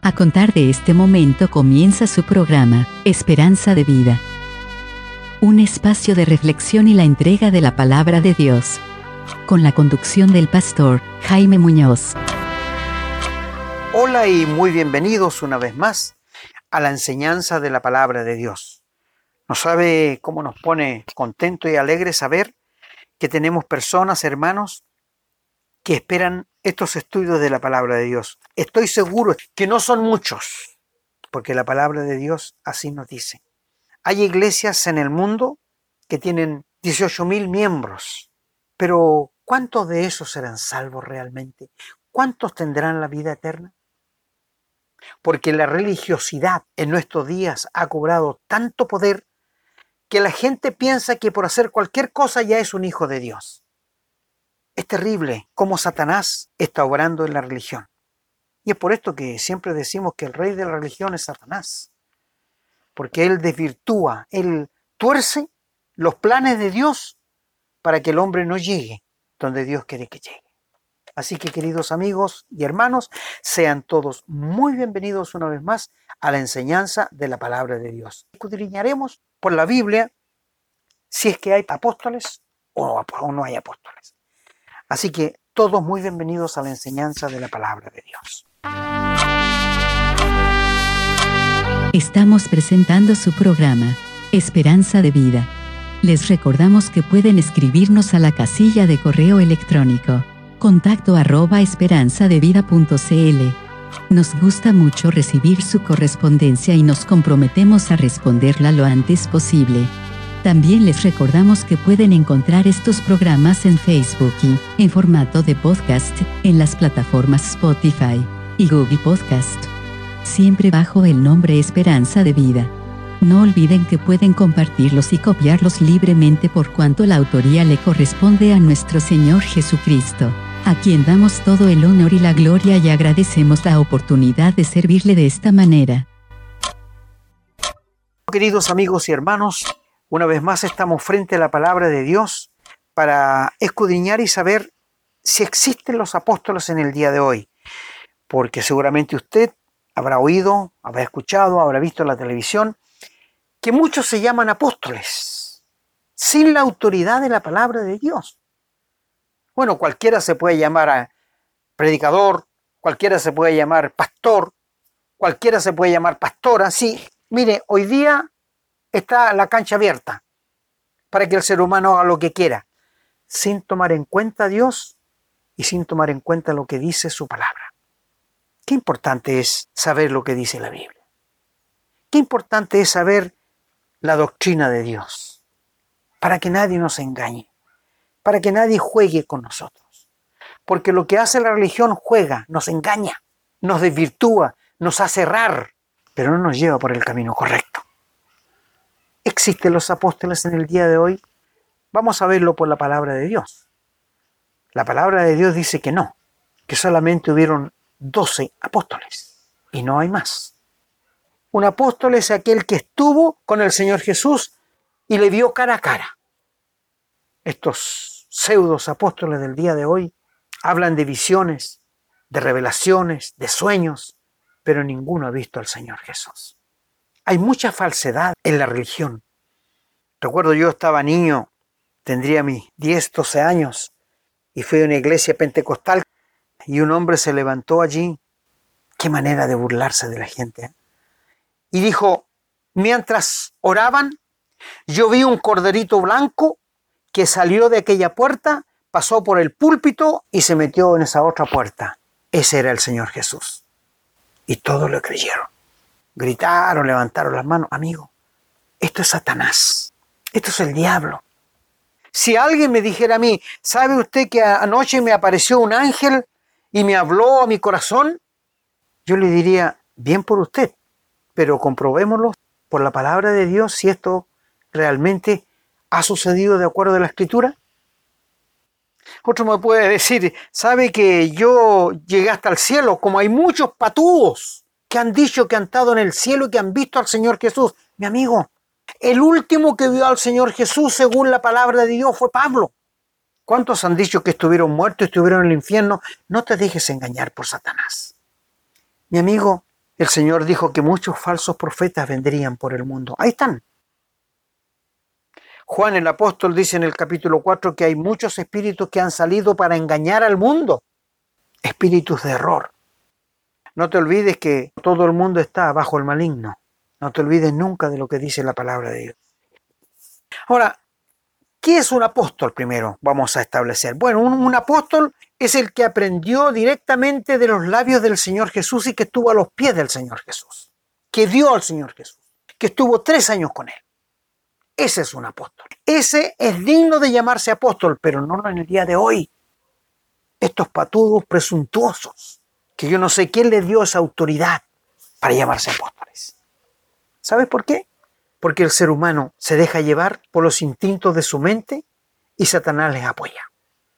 A contar de este momento comienza su programa, Esperanza de Vida. Un espacio de reflexión y la entrega de la palabra de Dios. Con la conducción del pastor Jaime Muñoz. Hola y muy bienvenidos una vez más a la enseñanza de la palabra de Dios. No sabe cómo nos pone contento y alegre saber que tenemos personas, hermanos, que esperan estos estudios de la palabra de Dios. Estoy seguro que no son muchos, porque la palabra de Dios así nos dice. Hay iglesias en el mundo que tienen 18,000 miembros, pero ¿cuántos de esos serán salvos realmente? ¿Cuántos tendrán la vida eterna? Porque la religiosidad en nuestros días ha cobrado tanto poder que la gente piensa que por hacer cualquier cosa ya es un hijo de Dios. Es terrible cómo Satanás está obrando en la religión. Y es por esto que siempre decimos que el rey de la religión es Satanás. Porque él desvirtúa, él tuerce los planes de Dios para que el hombre no llegue donde Dios quiere que llegue. Así que, queridos amigos y hermanos, sean todos muy bienvenidos una vez más a la enseñanza de la palabra de Dios. Escudriñaremos por la Biblia si es que hay apóstoles o no hay apóstoles. Así que todos muy bienvenidos a la enseñanza de la palabra de Dios. Estamos presentando su programa, Esperanza de Vida. Les recordamos que pueden escribirnos a la casilla de correo electrónico contacto@esperanzadevida.cl. Nos gusta mucho recibir su correspondencia y nos comprometemos a responderla lo antes posible. También les recordamos que pueden encontrar estos programas en Facebook y, en formato de podcast, en las plataformas Spotify y Google Podcast. Siempre bajo el nombre Esperanza de Vida. No olviden que pueden compartirlos y copiarlos libremente por cuanto la autoría le corresponde a nuestro Señor Jesucristo, a quien damos todo el honor y la gloria y agradecemos la oportunidad de servirle de esta manera. Queridos amigos y hermanos, una vez más estamos frente a la palabra de Dios para escudriñar y saber si existen los apóstoles en el día de hoy. Porque seguramente usted habrá oído, habrá escuchado, habrá visto en la televisión que muchos se llaman apóstoles sin la autoridad de la palabra de Dios. Bueno, cualquiera se puede llamar predicador, cualquiera se puede llamar pastor, cualquiera se puede llamar pastora. Sí, mire, hoy día está la cancha abierta para que el ser humano haga lo que quiera, sin tomar en cuenta a Dios y sin tomar en cuenta lo que dice su palabra. Qué importante es saber lo que dice la Biblia. Qué importante es saber la doctrina de Dios, para que nadie nos engañe, para que nadie juegue con nosotros. Porque lo que hace la religión juega, nos engaña, nos desvirtúa, nos hace errar, pero no nos lleva por el camino correcto. ¿Existen los apóstoles en el día de hoy? Vamos a verlo por la palabra de Dios. La palabra de Dios dice que no, que solamente hubieron 12 apóstoles y no hay más. Un apóstol es aquel que estuvo con el Señor Jesús y le vio cara a cara. Estos pseudos apóstoles del día de hoy hablan de visiones, de revelaciones, de sueños, pero ninguno ha visto al Señor Jesús. Hay mucha falsedad en la religión. Recuerdo, yo estaba niño, tendría mis 10, 12 años, y fui a una iglesia pentecostal y un hombre se levantó allí. Qué manera de burlarse de la gente, ¿eh? Y dijo, mientras oraban, yo vi un corderito blanco que salió de aquella puerta, pasó por el púlpito y se metió en esa otra puerta. Ese era el Señor Jesús. Y todos lo creyeron. Gritaron, levantaron las manos. Amigo, esto es Satanás. Esto es el diablo. Si alguien me dijera a mí, ¿sabe usted que anoche me apareció un ángel y me habló a mi corazón? Yo le diría, bien por usted, pero comprobémoslo por la palabra de Dios si esto realmente ha sucedido de acuerdo a la Escritura. Otro me puede decir, ¿sabe que yo llegué hasta el cielo? Como hay muchos patúos que han dicho que han estado en el cielo y que han visto al Señor Jesús. Mi amigo, el último que vio al Señor Jesús según la palabra de Dios fue Pablo. ¿Cuántos han dicho que estuvieron muertos y estuvieron en el infierno? No te dejes engañar por Satanás. Mi amigo, El Señor dijo que muchos falsos profetas vendrían por el mundo. Ahí están. Juan el apóstol dice en el capítulo 4 que hay muchos espíritus que han salido para engañar al mundo. Espíritus de error. No te olvides que todo el mundo está bajo el maligno. No te olvides nunca de lo que dice la palabra de Dios. Ahora, ¿qué es un apóstol primero? Vamos a establecer. Bueno, un apóstol es el que aprendió directamente de los labios del Señor Jesús y que estuvo a los pies del Señor Jesús. Que vio al Señor Jesús. Que estuvo 3 años con él. Ese es un apóstol. Ese es digno de llamarse apóstol, pero no en el día de hoy. Estos patudos presuntuosos, que yo no sé quién les dio esa autoridad para llamarse apóstoles. ¿Sabes por qué? Porque el ser humano se deja llevar por los instintos de su mente y Satanás les apoya.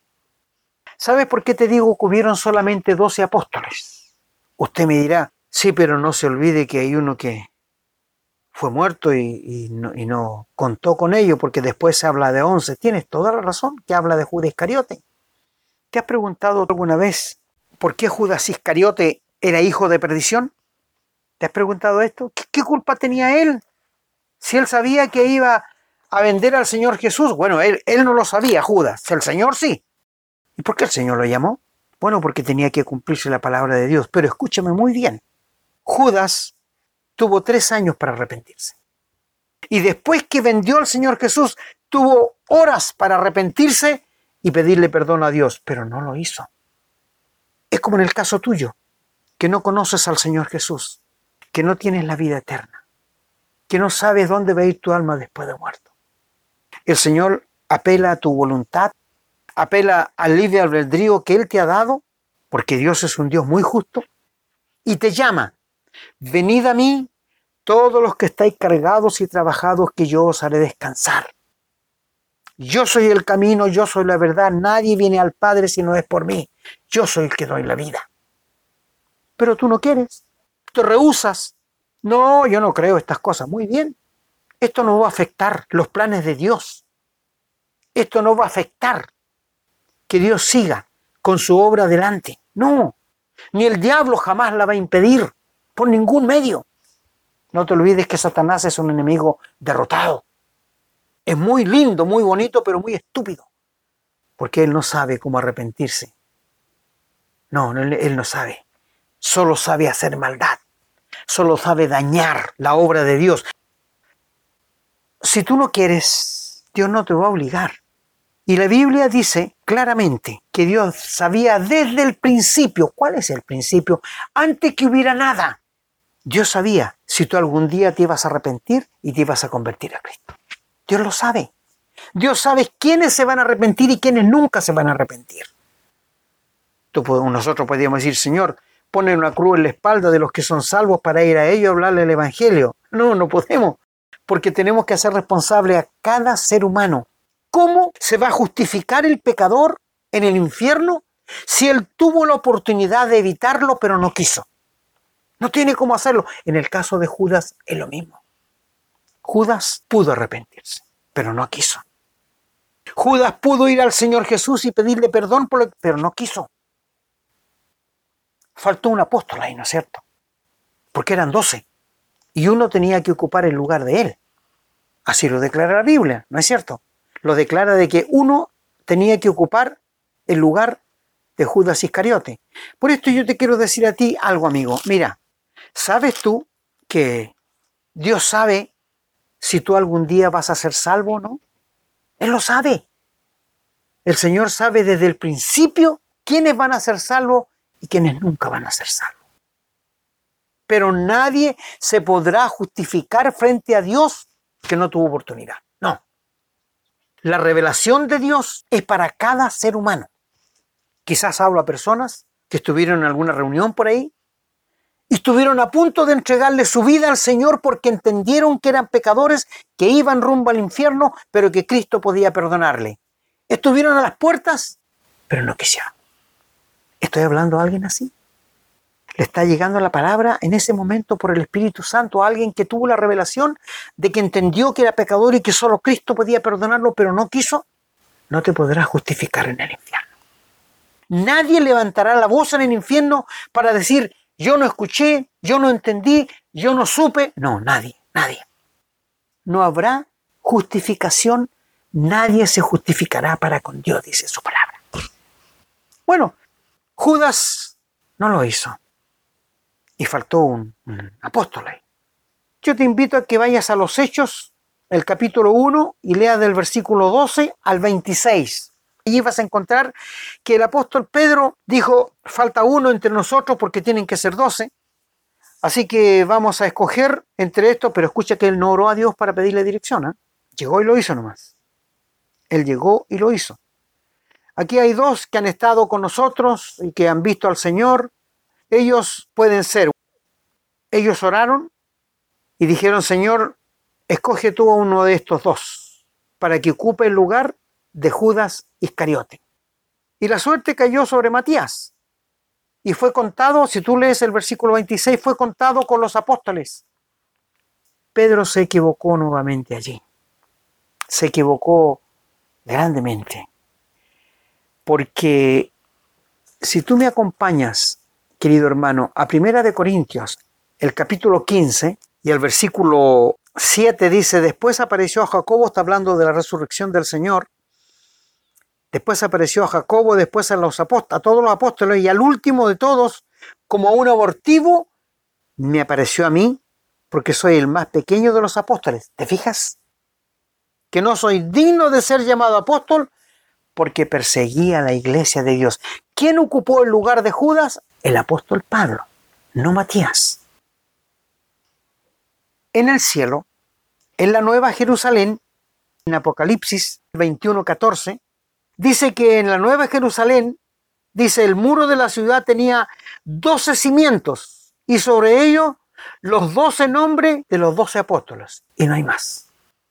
¿Sabes por qué te digo que hubieron solamente 12 apóstoles? Usted me dirá, sí, pero no se olvide que hay uno que fue muerto y no contó con ello, porque después se habla de 11. Tienes toda la razón, que habla de Judas Iscariote. ¿Te has preguntado alguna vez por qué Judas Iscariote era hijo de perdición? ¿Te has preguntado esto? ¿Qué culpa tenía él? Si él sabía que iba a vender al Señor Jesús. Bueno, él no lo sabía, Judas. El Señor sí. ¿Y por qué el Señor lo llamó? Bueno, porque tenía que cumplirse la palabra de Dios. Pero escúchame muy bien. Judas tuvo 3 años para arrepentirse. Y después que vendió al Señor Jesús, tuvo horas para arrepentirse y pedirle perdón a Dios, pero no lo hizo. Es como en el caso tuyo, que no conoces al Señor Jesús, que no tienes la vida eterna, que no sabes dónde va a ir tu alma después de muerto. El Señor apela a tu voluntad, apela al libre albedrío que Él te ha dado, porque Dios es un Dios muy justo, y te llama: venid a mí, todos los que estáis cargados y trabajados, que yo os haré descansar. Yo soy el camino, yo soy la verdad, nadie viene al Padre si no es por mí. Yo soy el que doy la vida. Pero tú no quieres, te rehusas. No, yo no creo estas cosas. Muy bien, esto no va a afectar los planes de Dios. Esto no va a afectar que Dios siga con su obra adelante. No, ni el diablo jamás la va a impedir, por ningún medio. No te olvides que Satanás es un enemigo derrotado. Es muy lindo, muy bonito, pero muy estúpido. Porque él no sabe cómo arrepentirse. No, él no sabe. Solo sabe hacer maldad. Solo sabe dañar la obra de Dios. Si tú no quieres, Dios no te va a obligar. Y la Biblia dice claramente que Dios sabía desde el principio. ¿Cuál es el principio? Antes que hubiera nada. Dios sabía si tú algún día te ibas a arrepentir y te ibas a convertir a Cristo. Dios lo sabe. Dios sabe quiénes se van a arrepentir y quiénes nunca se van a arrepentir. Nosotros podríamos decir: Señor, ponle una cruz en la espalda de los que son salvos para ir a ellos a hablarle el Evangelio. No, no podemos, porque tenemos que hacer responsable a cada ser humano. ¿Cómo se va a justificar el pecador en el infierno si él tuvo la oportunidad de evitarlo pero no quiso? No tiene cómo hacerlo. En el caso de Judas es lo mismo. Judas pudo arrepentirse, pero no quiso. Judas pudo ir al Señor Jesús y pedirle perdón, pero no quiso. Faltó un apóstol ahí, ¿no es cierto? Porque eran 12 y uno tenía que ocupar el lugar de él. Así lo declara la Biblia, ¿no es cierto? Lo declara de que uno tenía que ocupar el lugar de Judas Iscariote. Por esto yo te quiero decir a ti algo, amigo. Mira, ¿sabes tú que Dios sabe si tú algún día vas a ser salvo o no? Él lo sabe. El Señor sabe desde el principio quiénes van a ser salvos y quiénes nunca van a ser salvos. Pero nadie se podrá justificar frente a Dios que no tuvo oportunidad. No. La revelación de Dios es para cada ser humano. Quizás hablo a personas que estuvieron en alguna reunión por ahí y estuvieron a punto de entregarle su vida al Señor porque entendieron que eran pecadores, que iban rumbo al infierno, pero que Cristo podía perdonarle. Estuvieron a las puertas, pero no quisieron. ¿Estoy hablando a alguien así? ¿Le está llegando la palabra en ese momento por el Espíritu Santo a alguien que tuvo la revelación de que entendió que era pecador y que solo Cristo podía perdonarlo, pero no quiso? No te podrás justificar en el infierno. Nadie levantará la voz en el infierno para decir: yo no escuché, yo no entendí, yo no supe. No, nadie. No habrá justificación, nadie se justificará para con Dios, dice su palabra. Bueno, Judas no lo hizo y faltó un apóstol ahí. Yo te invito a que vayas a los Hechos, el capítulo 1, y leas del versículo 12 al 26. Allí vas a encontrar que el apóstol Pedro dijo, falta uno entre nosotros porque tienen que ser 12. Así que vamos a escoger entre estos, pero escucha que él no oró a Dios para pedirle dirección, ¿eh? Llegó y lo hizo nomás. Él llegó y lo hizo. Aquí hay 2 que han estado con nosotros y que han visto al Señor. Ellos pueden ser. Ellos oraron y dijeron, Señor, escoge tú a uno de estos 2 para que ocupe el lugar de Judas Iscariote. Y la suerte cayó sobre Matías. Y fue contado, si tú lees el versículo 26, fue contado con los apóstoles. Pedro se equivocó nuevamente allí. Se equivocó grandemente. Porque si tú me acompañas, querido hermano, a 1 Corintios, el capítulo 15 y el versículo 7 dice, después apareció a Jacobo, está hablando de la resurrección del Señor, después apareció a Jacobo, después a todos los apóstoles, y al último de todos, como a un abortivo, me apareció a mí, porque soy el más pequeño de los apóstoles. ¿Te fijas? Que no soy digno de ser llamado apóstol, porque perseguía a la iglesia de Dios. ¿Quién ocupó el lugar de Judas? El apóstol Pablo, no Matías. En el cielo, en la Nueva Jerusalén, en Apocalipsis 21:14, dice que en la Nueva Jerusalén, dice, el muro de la ciudad tenía 12 cimientos y sobre ellos los 12 nombres de los 12 apóstoles. Y no hay más.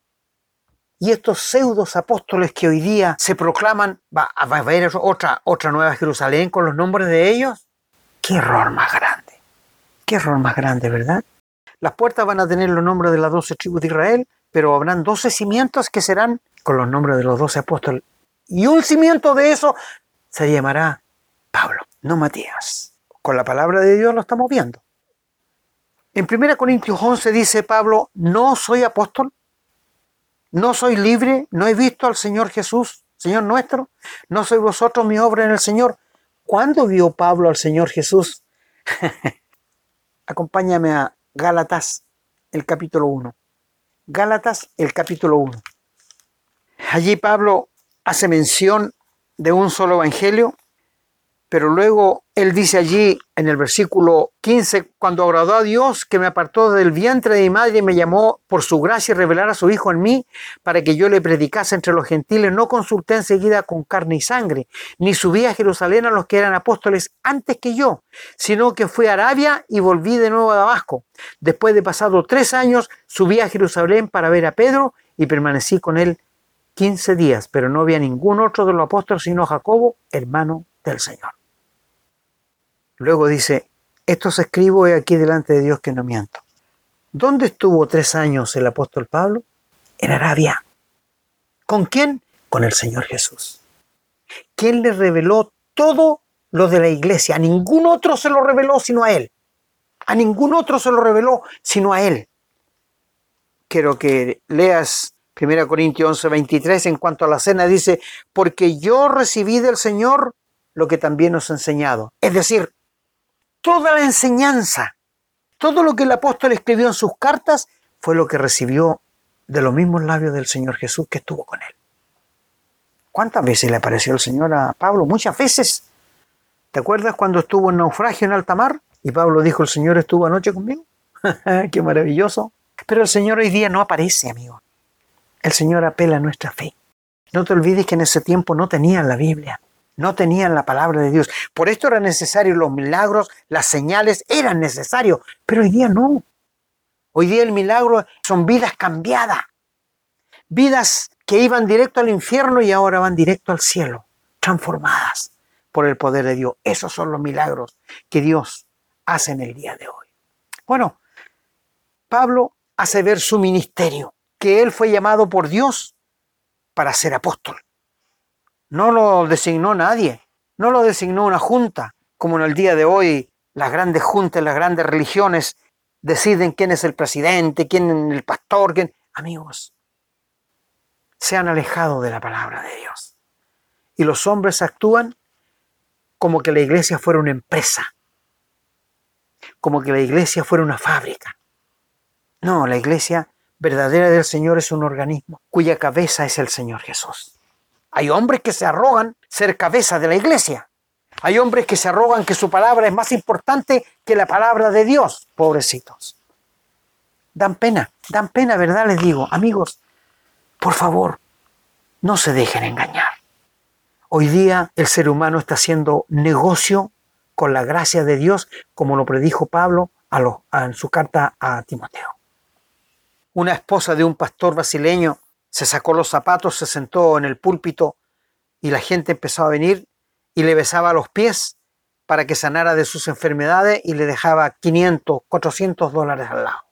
Y estos pseudos apóstoles que hoy día se proclaman, va a haber otra Nueva Jerusalén con los nombres de ellos. ¡Qué error más grande! ¡Qué error más grande!, ¿verdad? Las puertas van a tener los nombres de las 12 tribus de Israel, pero habrán 12 cimientos que serán con los nombres de los 12 apóstoles. Y un cimiento de eso se llamará Pablo, no Matías. Con la palabra de Dios lo estamos viendo. En 1 Corintios 11 dice Pablo, no soy apóstol, no soy libre, no he visto al Señor Jesús, Señor nuestro, no sois vosotros mi obra en el Señor. ¿Cuándo vio Pablo al Señor Jesús? Acompáñame a Gálatas, el capítulo 1. Gálatas, el capítulo 1. Allí Pablo hace mención de un solo evangelio, pero luego él dice allí en el versículo 15, cuando agradó a Dios que me apartó del vientre de mi madre y me llamó por su gracia y revelar a su Hijo en mí para que yo le predicase entre los gentiles, no consulté enseguida con carne y sangre, ni subí a Jerusalén a los que eran apóstoles antes que yo, sino que fui a Arabia y volví de nuevo a Damasco. Después de pasado 3 años, subí a Jerusalén para ver a Pedro y permanecí con él 15 días, pero no había ningún otro de los apóstoles sino Jacobo, hermano del Señor. Luego dice, esto os escribo aquí delante de Dios que no miento. ¿Dónde estuvo 3 años el apóstol Pablo? En Arabia. ¿Con quién? Con el Señor Jesús. ¿Quién le reveló todo lo de la iglesia? A ningún otro se lo reveló sino a él. A ningún otro se lo reveló sino a él. Quiero que leas 1 Corintios 11:23 en cuanto a la cena. Dice, porque yo recibí del Señor lo que también os he enseñado. Es decir, toda la enseñanza, todo lo que el apóstol escribió en sus cartas fue lo que recibió de los mismos labios del Señor Jesús que estuvo con él. ¿Cuántas veces le apareció el Señor a Pablo? Muchas veces. ¿Te acuerdas cuando estuvo en naufragio en alta mar? Y Pablo dijo, el Señor estuvo anoche conmigo. ¡Qué maravilloso! Pero el Señor hoy día no aparece, amigo. El Señor apela a nuestra fe. No te olvides que en ese tiempo no tenían la Biblia. No tenían la palabra de Dios. Por esto eran necesarios los milagros, las señales, eran necesarios. Pero hoy día no. Hoy día el milagro son vidas cambiadas. Vidas que iban directo al infierno y ahora van directo al cielo. Transformadas por el poder de Dios. Esos son los milagros que Dios hace en el día de hoy. Bueno, Pablo hace ver su ministerio. Que él fue llamado por Dios para ser apóstol. No lo designó nadie, no lo designó una junta, como en el día de hoy Las grandes juntas, las grandes religiones deciden quién es el presidente, quién es el pastor, quién... Amigos, se han alejado de la palabra de Dios. Y los hombres actúan como que la iglesia fuera una empresa, como que la iglesia fuera una fábrica. No, la iglesia verdadera del Señor es un organismo cuya cabeza es el Señor Jesús. Hay hombres que se arrogan ser cabeza de la iglesia. Hay hombres que se arrogan que su palabra es más importante que la palabra de Dios. Pobrecitos. Dan pena, ¿verdad? Les digo, amigos, por favor, no se dejen engañar. Hoy día el ser humano está haciendo negocio con la gracia de Dios, como lo predijo Pablo en su carta a Timoteo. Una esposa de un pastor brasileño se sacó los zapatos, se sentó en el púlpito y la gente empezó a venir y le besaba los pies para que sanara de sus enfermedades y le dejaba 500, 400 dólares al lado.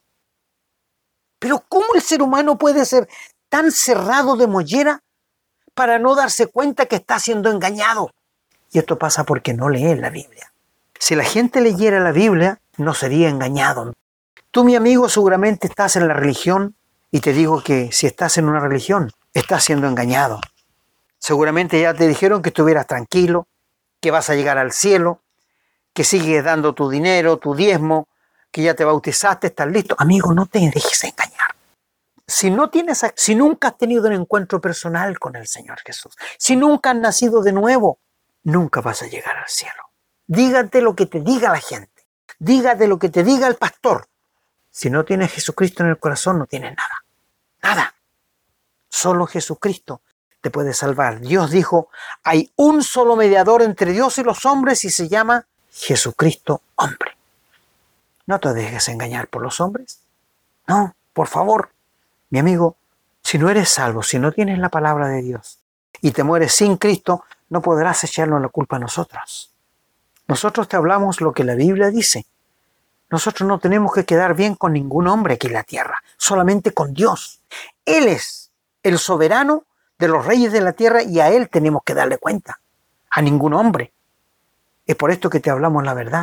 Pero ¿cómo el ser humano puede ser tan cerrado de mollera para no darse cuenta que está siendo engañado? Y esto pasa porque no lee la Biblia. Si la gente leyera la Biblia, no sería engañado. Tú, mi amigo, seguramente estás en la religión y te digo que si estás en una religión, estás siendo engañado. Seguramente ya te dijeron que estuvieras tranquilo, que vas a llegar al cielo, que sigues dando tu dinero, tu diezmo, que ya te bautizaste, estás listo. Amigo, no te dejes engañar. Si nunca has tenido un encuentro personal con el Señor Jesús, si nunca has nacido de nuevo, nunca vas a llegar al cielo. Dígate lo que te diga la gente, dígate lo que te diga el pastor. Si no tienes Jesucristo en el corazón, no tienes nada. Nada. Solo Jesucristo te puede salvar. Dios dijo, hay un solo mediador entre Dios y los hombres y se llama Jesucristo hombre. No te dejes engañar por los hombres. No, por favor. Mi amigo, si no eres salvo, si no tienes la palabra de Dios y te mueres sin Cristo, no podrás echarnos la culpa a nosotros. Nosotros te hablamos lo que la Biblia dice. Nosotros no tenemos que quedar bien con ningún hombre aquí en la tierra, solamente con Dios. Él es el soberano de los reyes de la tierra y a Él tenemos que darle cuenta, a ningún hombre. Es por esto que te hablamos la verdad.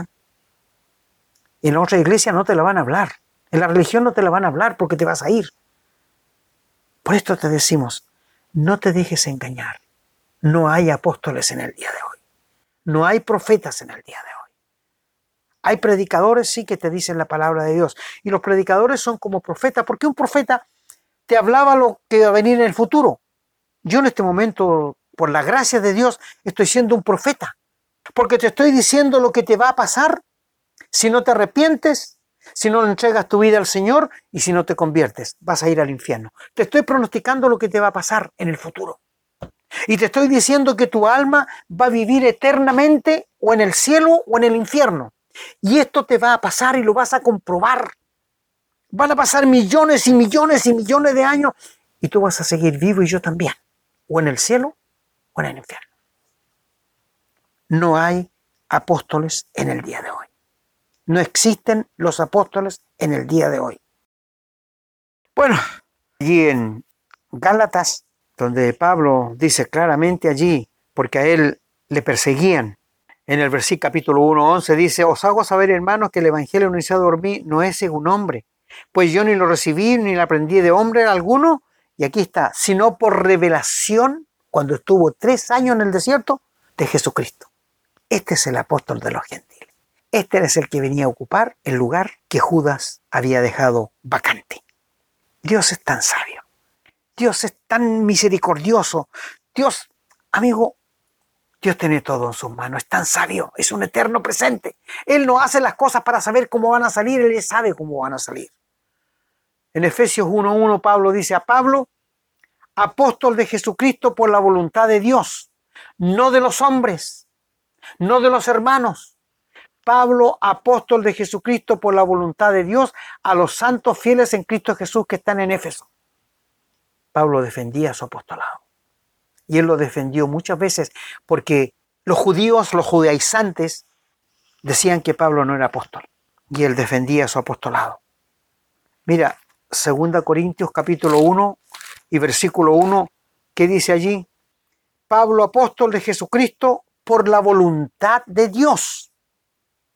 En la otra iglesia no te la van a hablar, en la religión no te la van a hablar porque te vas a ir. Por esto te decimos, no te dejes engañar. No hay apóstoles en el día de hoy. No hay profetas en el día de hoy. Hay predicadores, sí, que te dicen la palabra de Dios. Y los predicadores son como profetas, porque un profeta te hablaba lo que va a venir en el futuro. Yo en este momento, por la gracia de Dios, estoy siendo un profeta. Porque te estoy diciendo lo que te va a pasar si no te arrepientes, si no le entregas tu vida al Señor y si no te conviertes. Vas a ir al infierno. Te estoy pronosticando lo que te va a pasar en el futuro. Y te estoy diciendo que tu alma va a vivir eternamente o en el cielo o en el infierno. Y esto te va a pasar y lo vas a comprobar. Van a pasar millones y millones y millones de años y tú vas a seguir vivo y yo también. O en el cielo o en el infierno. No hay apóstoles en el día de hoy. No existen los apóstoles en el día de hoy. Bueno, allí en Gálatas, donde Pablo dice claramente allí, porque a él le perseguían, en el versículo capítulo 1:11 dice, os hago saber, hermanos, que el evangelio anunciado por mí no es según hombre, pues yo ni lo recibí ni lo aprendí de hombre alguno, y aquí está, sino por revelación, cuando estuvo 3 años en el desierto, de Jesucristo. Este es el apóstol de los gentiles. Este es el que venía a ocupar el lugar que Judas había dejado vacante. Dios es tan sabio. Dios es tan misericordioso. Dios, amigo, Dios tiene todo en sus manos. Es tan sabio. Es un eterno presente. Él no hace las cosas para saber cómo van a salir. Él sabe cómo van a salir. En Efesios 1:1 Pablo dice a Pablo, apóstol de Jesucristo por la voluntad de Dios, no de los hombres, no de los hermanos. Pablo, apóstol de Jesucristo por la voluntad de Dios, a los santos fieles en Cristo Jesús que están en Éfeso. Pablo defendía su apostolado. Y él lo defendió muchas veces porque los judíos, los judaizantes, decían que Pablo no era apóstol. Y él defendía su apostolado. Mira, 2 Corintios capítulo 1 y versículo 1, ¿qué dice allí? Pablo, apóstol de Jesucristo por la voluntad de Dios.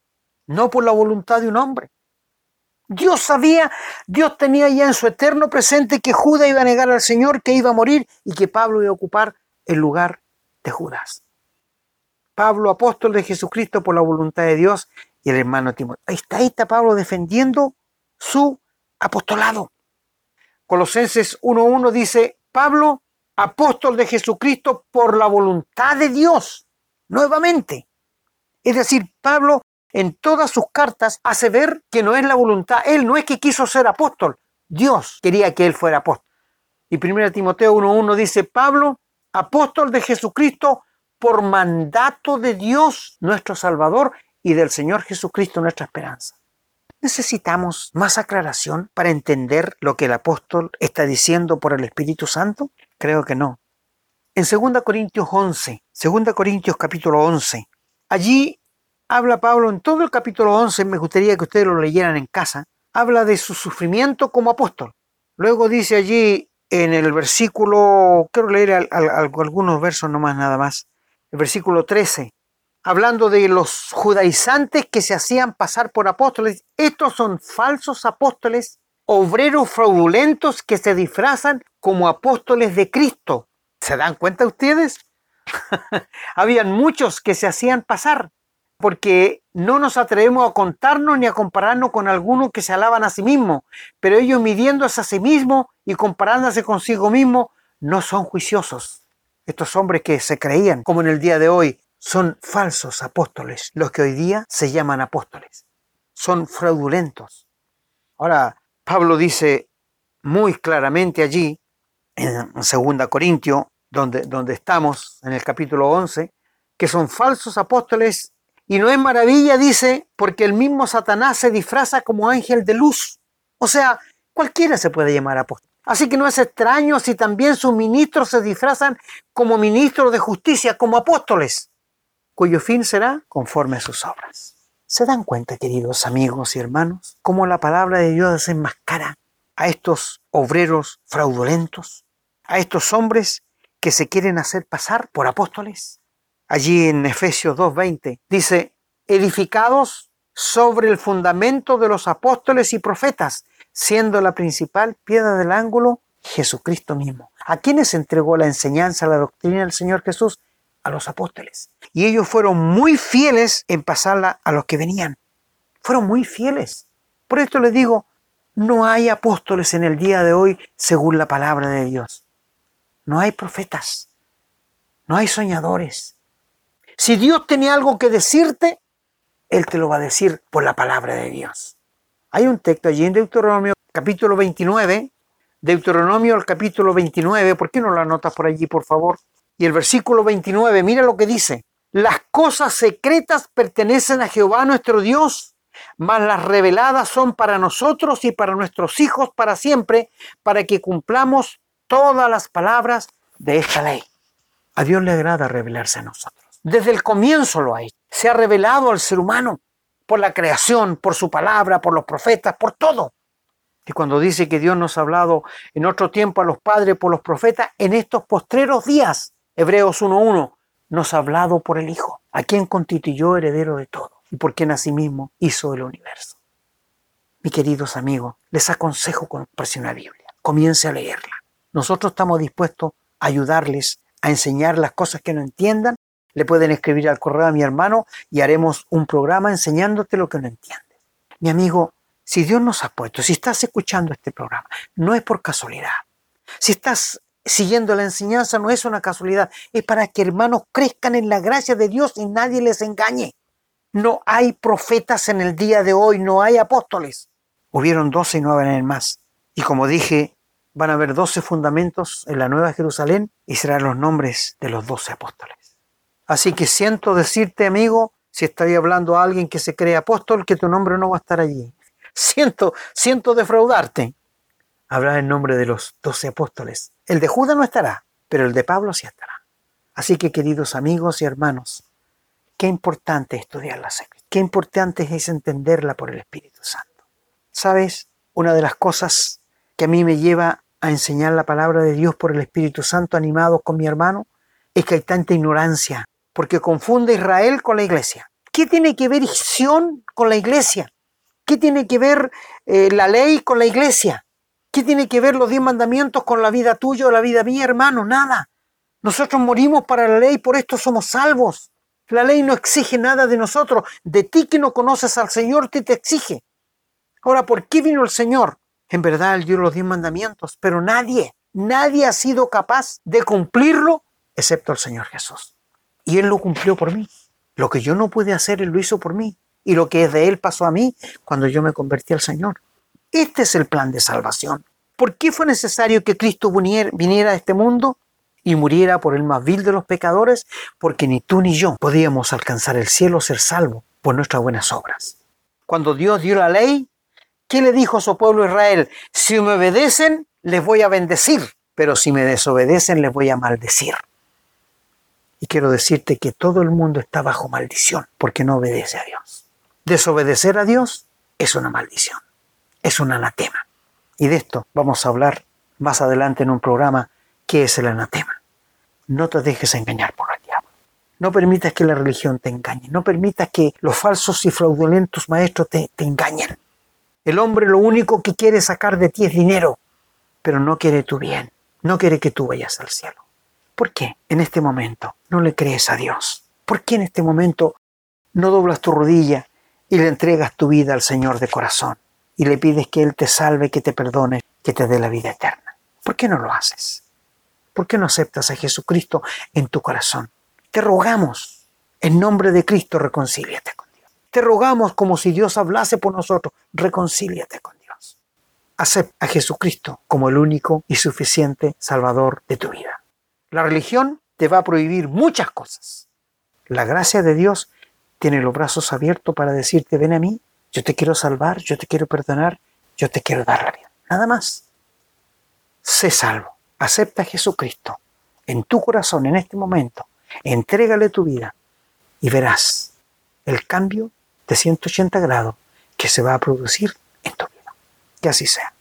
no por la voluntad de un hombre. Dios sabía, Dios tenía ya en su eterno presente que Judas iba a negar al Señor, que iba a morir y que Pablo iba a ocupar el lugar de Judas. Pablo, apóstol de Jesucristo por la voluntad de Dios, y el hermano Timoteo. Ahí está Pablo defendiendo su apostolado. Colosenses 1:1 dice, Pablo, apóstol de Jesucristo por la voluntad de Dios. Nuevamente. Es decir, Pablo en todas sus cartas hace ver que no es la voluntad. Él no es que quiso ser apóstol. Dios quería que él fuera apóstol. Y 1 Timoteo 1:1 dice, Pablo, apóstol de Jesucristo por mandato de Dios, nuestro Salvador, y del Señor Jesucristo, nuestra esperanza. ¿Necesitamos más aclaración para entender lo que el apóstol está diciendo por el Espíritu Santo? Creo que no. En 2 Corintios 11, 2 Corintios capítulo 11, allí habla Pablo en todo el capítulo 11, me gustaría que ustedes lo leyeran en casa, habla de su sufrimiento como apóstol. Luego dice allí en el versículo, quiero leer algunos versos nomás nada más, el versículo 13, hablando de los judaizantes que se hacían pasar por apóstoles. Estos son falsos apóstoles, obreros fraudulentos que se disfrazan como apóstoles de Cristo. ¿Se dan cuenta ustedes? Habían muchos que se hacían pasar, porque no nos atrevemos a contarnos ni a compararnos con algunos que se alaban a sí mismos, pero ellos midiéndose a sí mismos y comparándose consigo mismos, no son juiciosos. Estos hombres que se creían, como en el día de hoy, son falsos apóstoles, los que hoy día se llaman apóstoles. Son fraudulentos. Ahora, Pablo dice muy claramente allí, en 2 Corintios, donde estamos, en el capítulo 11, que son falsos apóstoles, y no es maravilla, dice, porque el mismo Satanás se disfraza como ángel de luz. O sea, cualquiera se puede llamar apóstol. Así que no es extraño si también sus ministros se disfrazan como ministros de justicia, como apóstoles, cuyo fin será conforme a sus obras. ¿Se dan cuenta, queridos amigos y hermanos, cómo la palabra de Dios desenmascara a estos obreros fraudulentos, a estos hombres que se quieren hacer pasar por apóstoles? Allí en Efesios 2:20 dice, edificados sobre el fundamento de los apóstoles y profetas, siendo la principal piedra del ángulo Jesucristo mismo. ¿A quiénes entregó la enseñanza, la doctrina del Señor Jesús? A los apóstoles. Y ellos fueron muy fieles en pasarla a los que venían. Fueron muy fieles. Por esto les digo, no hay apóstoles en el día de hoy según la palabra de Dios. No hay profetas. No hay soñadores. Si Dios tenía algo que decirte, Él te lo va a decir por la palabra de Dios. Hay un texto allí en Deuteronomio capítulo 29, Deuteronomio el capítulo 29, ¿por qué no lo anotas por allí, por favor? Y el versículo 29, mira lo que dice. Las cosas secretas pertenecen a Jehová nuestro Dios, mas las reveladas son para nosotros y para nuestros hijos para siempre, para que cumplamos todas las palabras de esta ley. A Dios le agrada revelarse a nosotros. Desde el comienzo lo ha hecho. Se ha revelado al ser humano por la creación, por su palabra, por los profetas, por todo. Y cuando dice que Dios nos ha hablado en otro tiempo a los padres por los profetas, en estos postreros días, Hebreos 1:1, nos ha hablado por el Hijo, a quien constituyó heredero de todo y por quien asimismo hizo el universo. Mis queridos amigos, les aconsejo comprarse una Biblia. Comience a leerla. Nosotros estamos dispuestos a ayudarles a enseñar las cosas que no entiendan. Le pueden escribir al correo a mi hermano y haremos un programa enseñándote lo que no entiendes. Mi amigo, si Dios nos ha puesto, si estás escuchando este programa, no es por casualidad. Si estás siguiendo la enseñanza, no es una casualidad. Es para que hermanos crezcan en la gracia de Dios y nadie les engañe. No hay profetas en el día de hoy, no hay apóstoles. Hubieron 12 y no van a haber más. Y como dije, van a haber 12 fundamentos en la Nueva Jerusalén y serán los nombres de los 12 apóstoles. Así que siento decirte, amigo, si estoy hablando a alguien que se cree apóstol, que tu nombre no va a estar allí. Siento defraudarte. Habrá el nombre de los 12 apóstoles. El de Judas no estará, pero el de Pablo sí estará. Así que, queridos amigos y hermanos, qué importante es estudiar la Escritura. Qué importante es entenderla por el Espíritu Santo. ¿Sabes? Una de las cosas que a mí me lleva a enseñar la palabra de Dios por el Espíritu Santo, animados con mi hermano, es que hay tanta ignorancia, porque confunde Israel con la iglesia. ¿Qué tiene que ver Sión con la iglesia? ¿Qué tiene que ver la ley con la iglesia? ¿Qué tiene que ver los 10 mandamientos con la vida tuya o la vida mía, hermano? Nada. Nosotros morimos para la ley, por esto somos salvos. La ley no exige nada de nosotros. De ti que no conoces al Señor, te exige. Ahora, ¿por qué vino el Señor? En verdad, Él dio los 10 mandamientos, pero nadie ha sido capaz de cumplirlo excepto el Señor Jesús. Y Él lo cumplió por mí. Lo que yo no pude hacer, Él lo hizo por mí. Y lo que es de Él pasó a mí cuando yo me convertí al Señor. Este es el plan de salvación. ¿Por qué fue necesario que Cristo viniera a este mundo y muriera por el más vil de los pecadores? Porque ni tú ni yo podíamos alcanzar el cielo, ser salvos por nuestras buenas obras. Cuando Dios dio la ley, ¿qué le dijo a su pueblo Israel? Si me obedecen, les voy a bendecir, pero si me desobedecen, les voy a maldecir. Y quiero decirte que todo el mundo está bajo maldición porque no obedece a Dios. Desobedecer a Dios es una maldición, es un anatema. Y de esto vamos a hablar más adelante en un programa que es el anatema. No te dejes engañar por el diablo. No permitas que la religión te engañe. No permitas que los falsos y fraudulentos maestros te engañen. El hombre lo único que quiere sacar de ti es dinero, pero no quiere tu bien. No quiere que tú vayas al cielo. ¿Por qué en este momento no le crees a Dios? ¿Por qué en este momento no doblas tu rodilla y le entregas tu vida al Señor de corazón? Y le pides que Él te salve, que te perdone, que te dé la vida eterna. ¿Por qué no lo haces? ¿Por qué no aceptas a Jesucristo en tu corazón? Te rogamos, en nombre de Cristo, reconcíliate con Dios. Te rogamos como si Dios hablase por nosotros, reconcíliate con Dios. Acepta a Jesucristo como el único y suficiente Salvador de tu vida. La religión te va a prohibir muchas cosas. La gracia de Dios tiene los brazos abiertos para decirte, ven a mí, yo te quiero salvar, yo te quiero perdonar, yo te quiero dar la vida. Nada más. Sé salvo. Acepta a Jesucristo en tu corazón en este momento. Entrégale tu vida y verás el cambio de 180 grados que se va a producir en tu vida. Que así sea.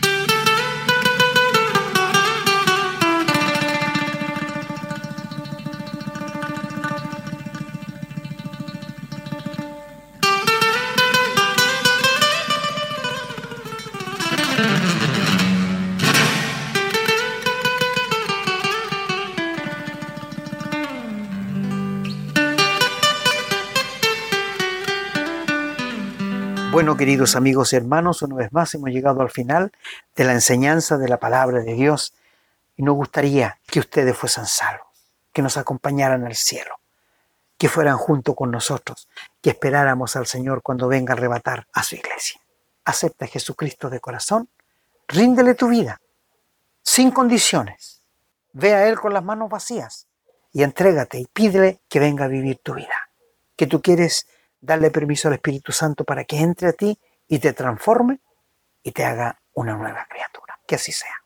Bueno, queridos amigos y hermanos, una vez más hemos llegado al final de la enseñanza de la palabra de Dios y nos gustaría que ustedes fuesen salvos, que nos acompañaran al cielo, que fueran junto con nosotros, que esperáramos al Señor cuando venga a arrebatar a su iglesia. Acepta a Jesucristo de corazón, ríndele tu vida, sin condiciones. Ve a Él con las manos vacías y entrégate y pídele que venga a vivir tu vida, que tú quieres darle permiso al Espíritu Santo para que entre a ti y te transforme y te haga una nueva criatura. Que así sea.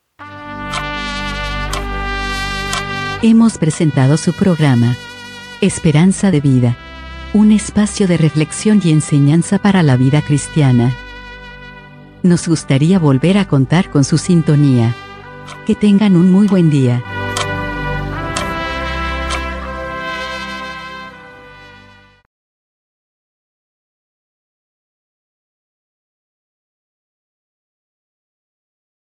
Hemos presentado su programa Esperanza de Vida, un espacio de reflexión y enseñanza para la vida cristiana. Nos gustaría volver a contar con su sintonía. Que tengan un muy buen día.